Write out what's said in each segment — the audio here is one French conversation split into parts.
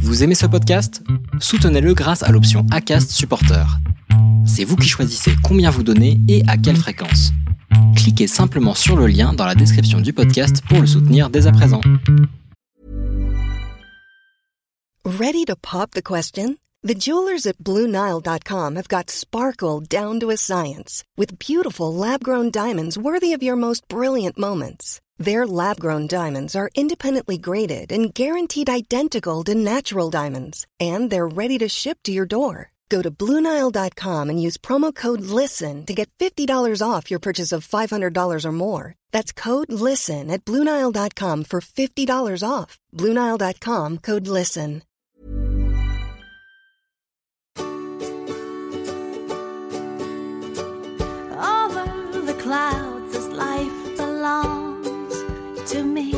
Vous aimez ce podcast ? Soutenez-le grâce à l'option Acast Supporter. C'est vous qui choisissez combien vous donnez et à quelle fréquence. Cliquez simplement sur le lien dans la description du podcast pour le soutenir dès à présent. Ready to pop the question? The jewelers at BlueNile.com have got sparkle down to a science with beautiful lab-grown diamonds worthy of your most brilliant moments. Their lab-grown diamonds are independently graded and guaranteed identical to natural diamonds, and they're ready to ship to your door. Go to BlueNile.com and use promo code LISTEN to get $50 off your purchase of $500 or more. That's code LISTEN at BlueNile.com for $50 off. BlueNile.com, code LISTEN. Over the clouds this life belongs to me,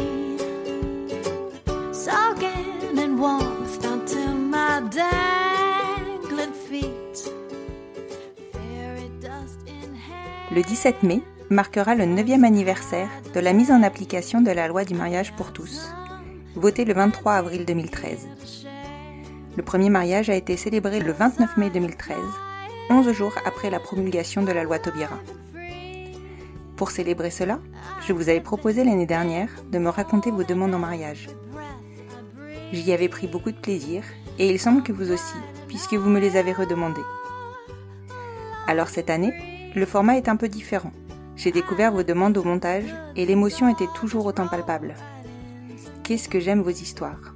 soaking in warmth down to my dangling feet. Fairy dust in hair. Le 17 mai marquera le 9e anniversaire de la mise en application de la loi du mariage pour tous, votée le 23 avril 2013. Le premier mariage a été célébré le 29 mai 2013, 11 jours après la promulgation de la loi Taubira. Pour célébrer cela, je vous avais proposé l'année dernière de me raconter vos demandes en mariage. J'y avais pris beaucoup de plaisir, et il semble que vous aussi, puisque vous me les avez redemandées. Alors cette année, le format est un peu différent. J'ai découvert vos demandes au montage, et l'émotion était toujours autant palpable. Qu'est-ce que j'aime vos histoires!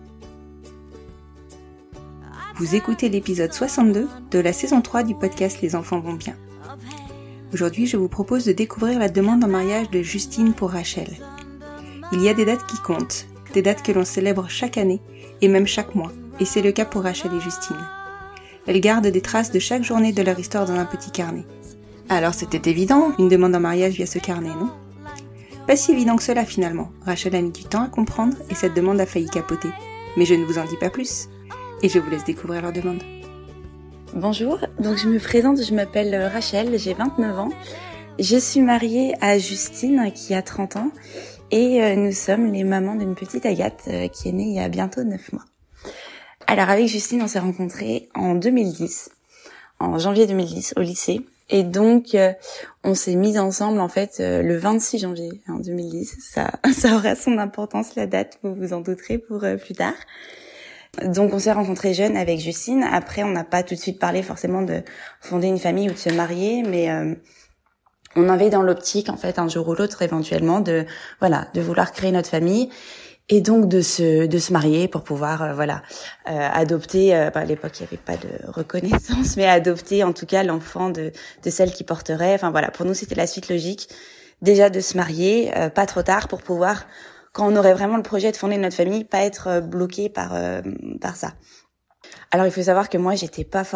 Vous écoutez l'épisode 62 de la saison 3 du podcast Les enfants vont bien. Aujourd'hui, je vous propose de découvrir la demande en mariage de Justine pour Rachel. Il y a des dates qui comptent, des dates que l'on célèbre chaque année et même chaque mois, et c'est le cas pour Rachel et Justine. Elles gardent des traces de chaque journée de leur histoire dans un petit carnet. Alors c'était évident, une demande en mariage via ce carnet, non ? Pas si évident que cela finalement. Rachel a mis du temps à comprendre et cette demande a failli capoter. Mais je ne vous en dis pas plus. Et je vous laisse découvrir leur demande. Bonjour, donc je me présente, je m'appelle Rachel, j'ai 29 ans. Je suis mariée à Justine qui a 30 ans et nous sommes les mamans d'une petite Agathe qui est née il y a bientôt 9 mois. Alors avec Justine, on s'est rencontrés en 2010, en janvier 2010 au lycée. Et donc on s'est mis ensemble en fait le 26 janvier en 2010. Ça aura son importance la date, vous vous en douterez pour plus tard. Donc on s'est rencontrés jeunes avec Justine. Après, on n'a pas tout de suite parlé forcément de fonder une famille ou de se marier, mais on avait dans l'optique en fait un jour ou l'autre éventuellement de vouloir créer notre famille et donc de se marier pour pouvoir adopter. À l'époque, il n'y avait pas de reconnaissance, mais adopter en tout cas l'enfant de celle qui porterait. Enfin voilà, pour nous c'était la suite logique déjà de se marier, pas trop tard pour pouvoir, quand on aurait vraiment le projet de fonder notre famille, pas être bloqué par ça. Alors il faut savoir que moi je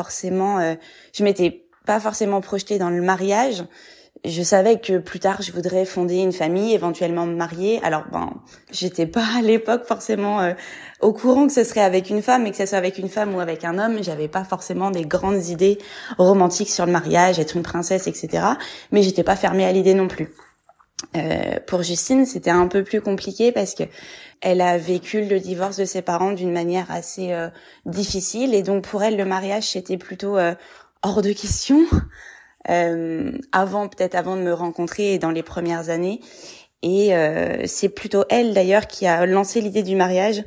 m'étais pas forcément projetée dans le mariage. Je savais que plus tard je voudrais fonder une famille, éventuellement me marier. Alors j'étais pas à l'époque forcément au courant que ce serait avec une femme, et que ce soit avec une femme ou avec un homme. J'avais pas forcément des grandes idées romantiques sur le mariage, être une princesse, etc. Mais j'étais pas fermée à l'idée non plus. Pour Justine, c'était un peu plus compliqué parce que elle a vécu le divorce de ses parents d'une manière assez difficile, et donc pour elle le mariage c'était plutôt hors de question avant de me rencontrer et dans les premières années. Et c'est plutôt elle d'ailleurs qui a lancé l'idée du mariage.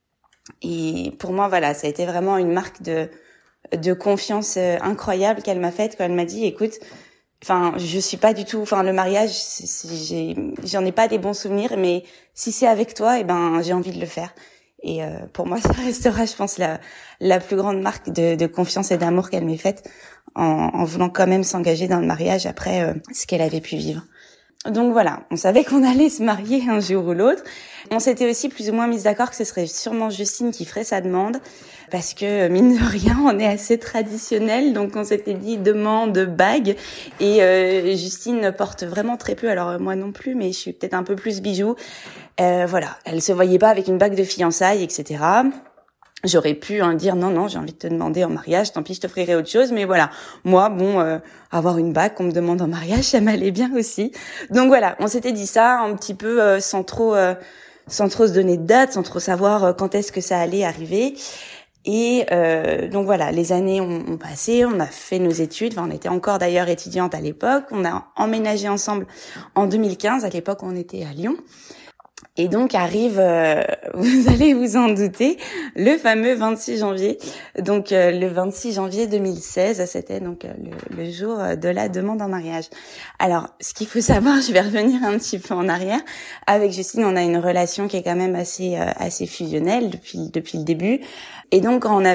Et pour moi voilà, ça a été vraiment une marque de confiance incroyable qu'elle m'a faite quand elle m'a dit écoute, je suis pas du tout, le mariage, j'en ai pas des bons souvenirs, mais si c'est avec toi, j'ai envie de le faire. Et pour moi, ça restera, je pense, la plus grande marque de confiance et d'amour qu'elle m'ait faite, en voulant quand même s'engager dans le mariage après ce qu'elle avait pu vivre. Donc voilà, on savait qu'on allait se marier un jour ou l'autre. On s'était aussi plus ou moins mis d'accord que ce serait sûrement Justine qui ferait sa demande, parce que mine de rien, on est assez traditionnel, donc on s'était dit demande, bague, et Justine porte vraiment très peu, alors moi non plus, mais je suis peut-être un peu plus bijou. Elle se voyait pas avec une bague de fiançailles, etc. J'aurais pu dire non, j'ai envie de te demander en mariage, tant pis, je t'offrirai autre chose. Mais voilà, moi, avoir une bague qu'on me demande en mariage, ça m'allait bien aussi. Donc voilà, on s'était dit ça un petit peu sans trop sans trop se donner de date, sans trop savoir quand est-ce que ça allait arriver. Et donc voilà, les années ont passé, on a fait nos études, on était encore d'ailleurs étudiante à l'époque, on a emménagé ensemble en 2015, à l'époque on était à Lyon. Et donc arrive, vous allez vous en douter, le fameux 26 janvier. Donc le 26 janvier 2016, c'était donc le jour de la demande en mariage. Alors, ce qu'il faut savoir, je vais revenir un petit peu en arrière. Avec Justine, on a une relation qui est quand même assez fusionnelle depuis le début. Et donc quand on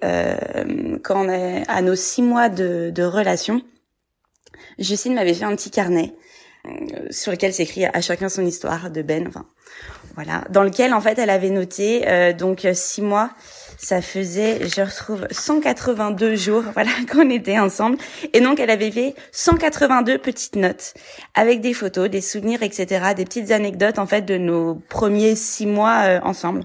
est à nos 6 mois de relation, Justine m'avait fait un petit carnet sur lequel s'écrit à chacun son histoire de Ben, enfin voilà, dans lequel en fait elle avait noté donc 6 mois, ça faisait, je retrouve 182 jours, voilà, qu'on était ensemble, et donc elle avait fait 182 petites notes avec des photos, des souvenirs, etc., des petites anecdotes en fait de nos premiers 6 mois ensemble.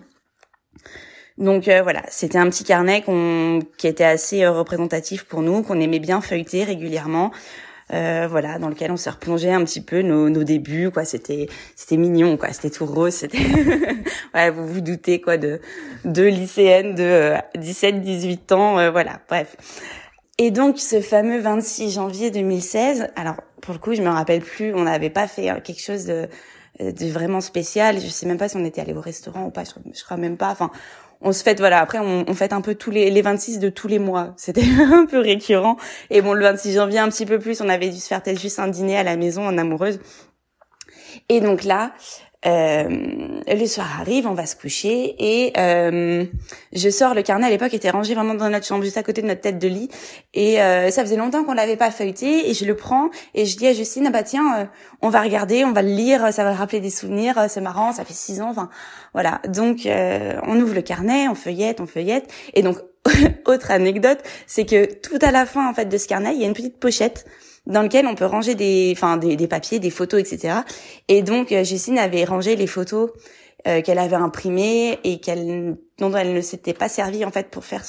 Donc voilà, c'était un petit carnet qui était assez représentatif pour nous, qu'on aimait bien feuilleter régulièrement. Voilà, dans lequel on s'est replongé un petit peu nos débuts, quoi. C'était mignon, quoi. C'était tout rose, c'était ouais, vous vous doutez, quoi, de lycéenne de 17-18 ans, voilà, bref. Et donc ce fameux 26 janvier 2016, alors pour le coup, je me rappelle plus, on n'avait pas fait quelque chose de vraiment spécial, je sais même pas si on était allé au restaurant ou pas, je crois même pas, enfin on se fête, voilà, après on fête un peu tous les 26 de tous les mois, c'était un peu récurrent. Et bon, le 26 janvier un petit peu plus, on avait dû se faire peut-être juste un dîner à la maison en amoureuse. Et donc là, le soir arrive, on va se coucher et je sors le carnet. À l'époque, était rangé vraiment dans notre chambre, juste à côté de notre tête de lit. Et ça faisait longtemps qu'on l'avait pas feuilleté. Et je le prends et je dis à Justine, ah bah tiens, on va regarder, on va le lire, ça va rappeler des souvenirs, c'est marrant, ça fait 6 ans, enfin voilà. Donc on ouvre le carnet, on feuillette. Et donc autre anecdote, c'est que tout à la fin en fait de ce carnet, il y a une petite pochette dans lequel on peut ranger des papiers, des photos, etc. Et donc Justine avait rangé les photos qu'elle avait imprimées et dont elle ne s'était pas servie en fait pour faire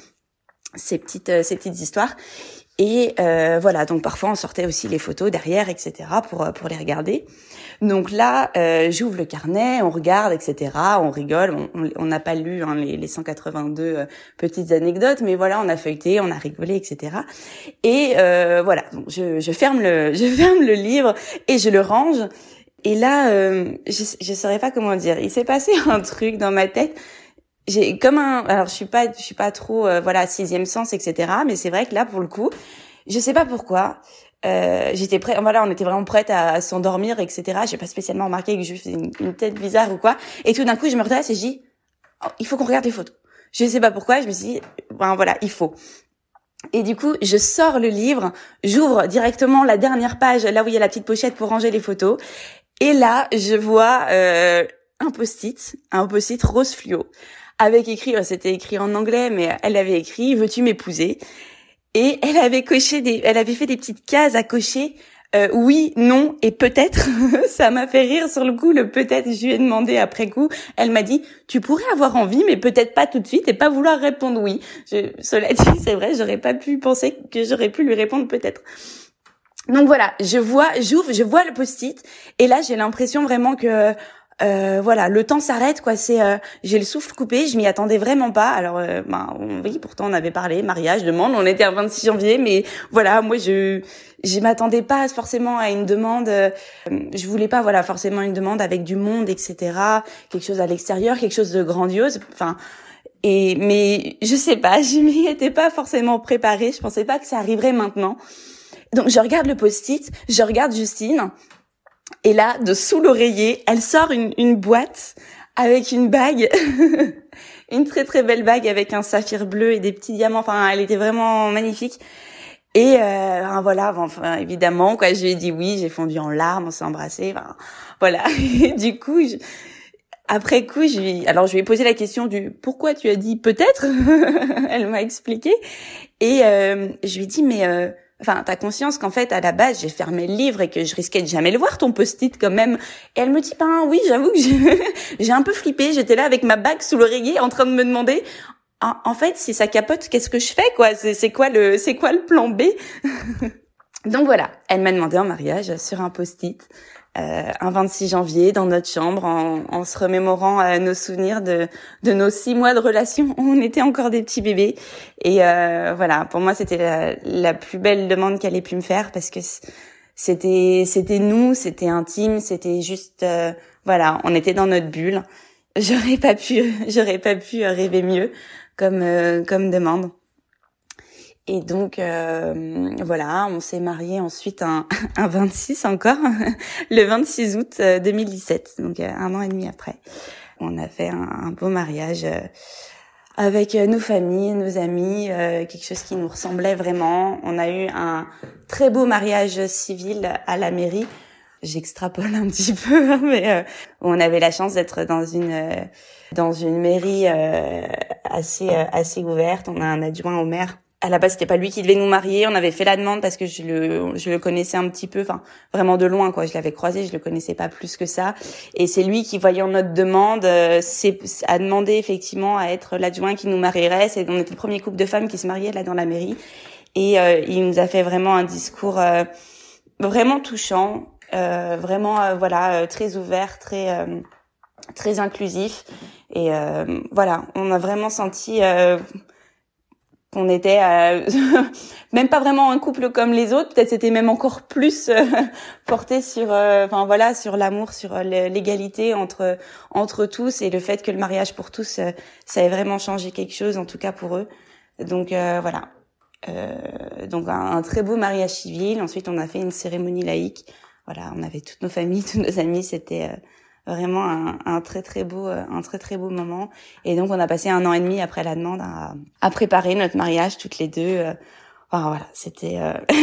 ses petites histoires. Et voilà, donc parfois on sortait aussi les photos derrière, etc. pour les regarder. Donc là, j'ouvre le carnet, on regarde, etc. On rigole, on n'a pas lu les 182 petites anecdotes, mais voilà, on a feuilleté, on a rigolé, etc. Et voilà, donc je ferme le livre et je le range. Et là, je saurais pas comment dire. Il s'est passé un truc dans ma tête. J'ai comme alors je suis pas trop voilà, 6e sens, etc. Mais c'est vrai que là pour le coup, je sais pas pourquoi, j'étais prête, voilà, on était vraiment prête à s'endormir, etc. J'ai pas spécialement remarqué que je faisais une tête bizarre ou quoi. Et tout d'un coup je me redresse et je dis, oh, il faut qu'on regarde les photos. Je sais pas pourquoi, je me suis dit, ben voilà, il faut. Et du coup, je sors le livre, j'ouvre directement la dernière page, là où il y a la petite pochette pour ranger les photos. Et là, je vois un post-it rose fluo. Avec écrit, c'était écrit en anglais, mais elle avait écrit, veux-tu m'épouser? Et elle avait fait des petites cases à cocher, oui, non et peut-être. Ça m'a fait rire sur le coup, le peut-être, je lui ai demandé après coup. Elle m'a dit, tu pourrais avoir envie, mais peut-être pas tout de suite et pas vouloir répondre oui. Cela dit, c'est vrai, j'aurais pas pu penser que j'aurais pu lui répondre peut-être. Donc voilà, je vois le post-it et là j'ai l'impression vraiment que voilà, le temps s'arrête, quoi. C'est j'ai le souffle coupé, je m'y attendais vraiment pas. Alors oui, pourtant on avait parlé mariage, demande, on était à 26 janvier, mais voilà, moi je m'attendais pas forcément à une demande. Je voulais pas, voilà, forcément une demande avec du monde, etc. Quelque chose à l'extérieur, quelque chose de grandiose. Enfin. Mais je sais pas, je m'y étais pas forcément préparée. Je pensais pas que ça arriverait maintenant. Donc je regarde le post-it, je regarde Justine. Et là, de sous l'oreiller, elle sort une boîte avec une bague, une très très belle bague avec un saphir bleu et des petits diamants. Enfin, elle était vraiment magnifique. Et voilà, enfin évidemment, quoi, je lui ai dit oui, j'ai fondu en larmes, on s'est embrassés. Enfin, voilà. Et du coup, après coup, je lui ai posé la question du pourquoi tu as dit peut-être. Elle m'a expliqué et je lui ai dit mais enfin, t'as conscience qu'en fait, à la base, j'ai fermé le livre et que je risquais de jamais le voir, ton post-it, quand même. Et elle me dit, oui, j'avoue que j'ai un peu flippé. J'étais là avec ma bague sous l'oreiller en train de me demander, en fait, si ça capote, qu'est-ce que je fais, quoi? C'est quoi le plan B? Donc voilà. Elle m'a demandé en mariage sur un post-it. un 26 janvier dans notre chambre en se remémorant nos souvenirs de nos 6 mois de relation où on était encore des petits bébés. Et voilà, pour moi c'était la plus belle demande qu'elle ait pu me faire parce que c'était nous, c'était intime, c'était juste voilà, on était dans notre bulle. J'aurais pas pu rêver mieux comme demande. Et donc voilà, on s'est mariés ensuite un 26 encore, le 26 août 2017, donc 1 an et demi après. On a fait un beau mariage avec nos familles, nos amis, quelque chose qui nous ressemblait vraiment. On a eu un très beau mariage civil à la mairie. J'extrapole un petit peu, mais on avait la chance d'être dans une mairie assez ouverte. On a un adjoint au maire. À la base, c'était pas lui qui devait nous marier. On avait fait la demande parce que je le connaissais un petit peu, enfin vraiment de loin quoi. Je l'avais croisé, je le connaissais pas plus que ça. Et c'est lui qui, voyant notre demande, a demandé effectivement à être l'adjoint qui nous marierait. On était le premier couple de femmes qui se mariait là dans la mairie. Et il nous a fait vraiment un discours vraiment touchant, voilà, très ouvert, très inclusif. Et voilà, on a vraiment senti qu'on était même pas vraiment un couple comme les autres, peut-être c'était même encore plus porté sur enfin voilà, sur l'amour, sur l'égalité entre tous, et le fait que le mariage pour tous ça ait vraiment changé quelque chose, en tout cas pour eux. Donc voilà. Donc un très beau mariage civil. Ensuite on a fait une cérémonie laïque. Voilà, on avait toutes nos familles, tous nos amis, c'était vraiment un très très beau moment. Et donc on a passé 1 an et demi après la demande à préparer notre mariage toutes les deux. Enfin, voilà, c'était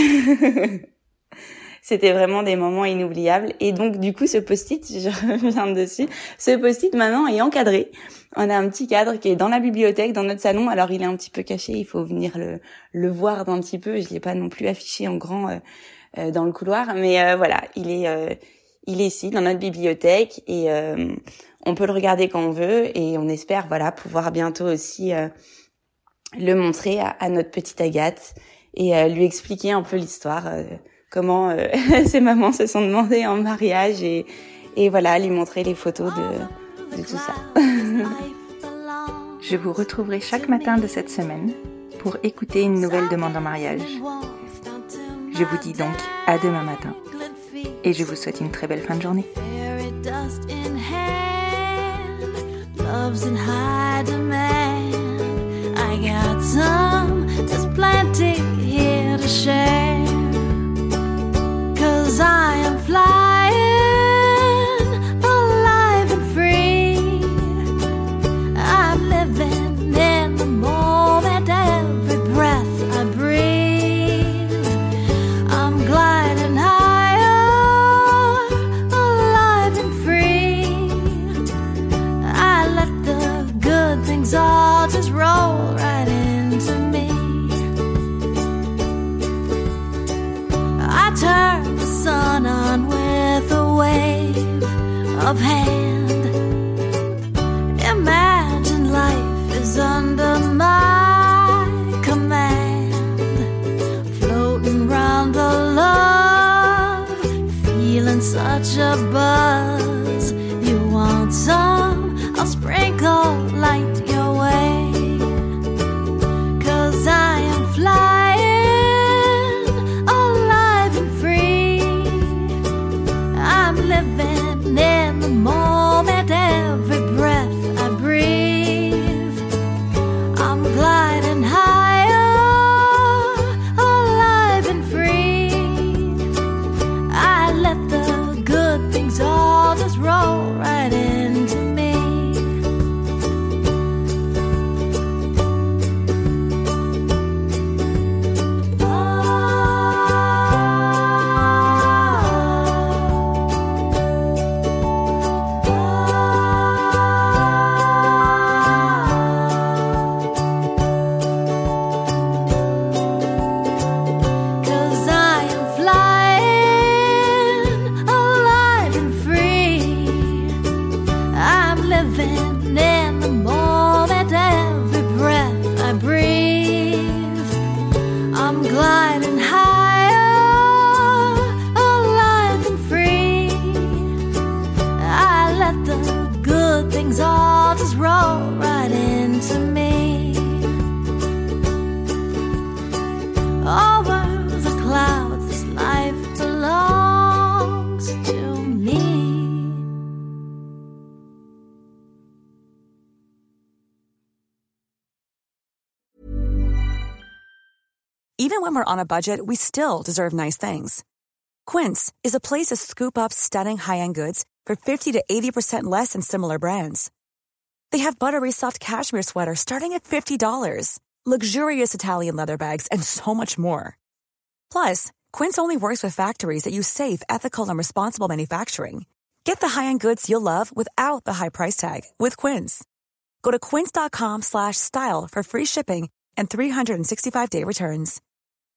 c'était vraiment des moments inoubliables. Et donc du coup ce post-it, je reviens dessus, ce post-it maintenant est encadré. On a un petit cadre qui est dans la bibliothèque, dans notre salon. Alors il est un petit peu caché, il faut venir le voir d'un petit peu. Je l'ai pas non plus affiché en grand dans le couloir, mais voilà, il est ici dans notre bibliothèque, et on peut le regarder quand on veut, et on espère voilà pouvoir bientôt aussi le montrer à notre petite Agathe et lui expliquer un peu l'histoire, comment ses mamans se sont demandées en mariage, et voilà, lui montrer les photos de tout ça. Je vous retrouverai chaque matin de cette semaine pour écouter une nouvelle demande en mariage. Je vous dis donc à demain matin. Et je vous souhaite une très belle fin de journée. All just roll right into me. I turn the sun on with a wave of hand. Imagine life is under my command, floating round the love, feeling such a buzz. You want some? I'll sprinkle light your way, 'cause I am flying, alive and free. I'm living in the moment. Even when we're on a budget, we still deserve nice things. Quince is a place to scoop up stunning high-end goods for 50 to 80% less than similar brands. They have buttery soft cashmere sweaters starting at $50, luxurious Italian leather bags, and so much more. Plus, Quince only works with factories that use safe, ethical, and responsible manufacturing. Get the high-end goods you'll love without the high price tag with Quince. Go to quince.com/style for free shipping and 365-day returns.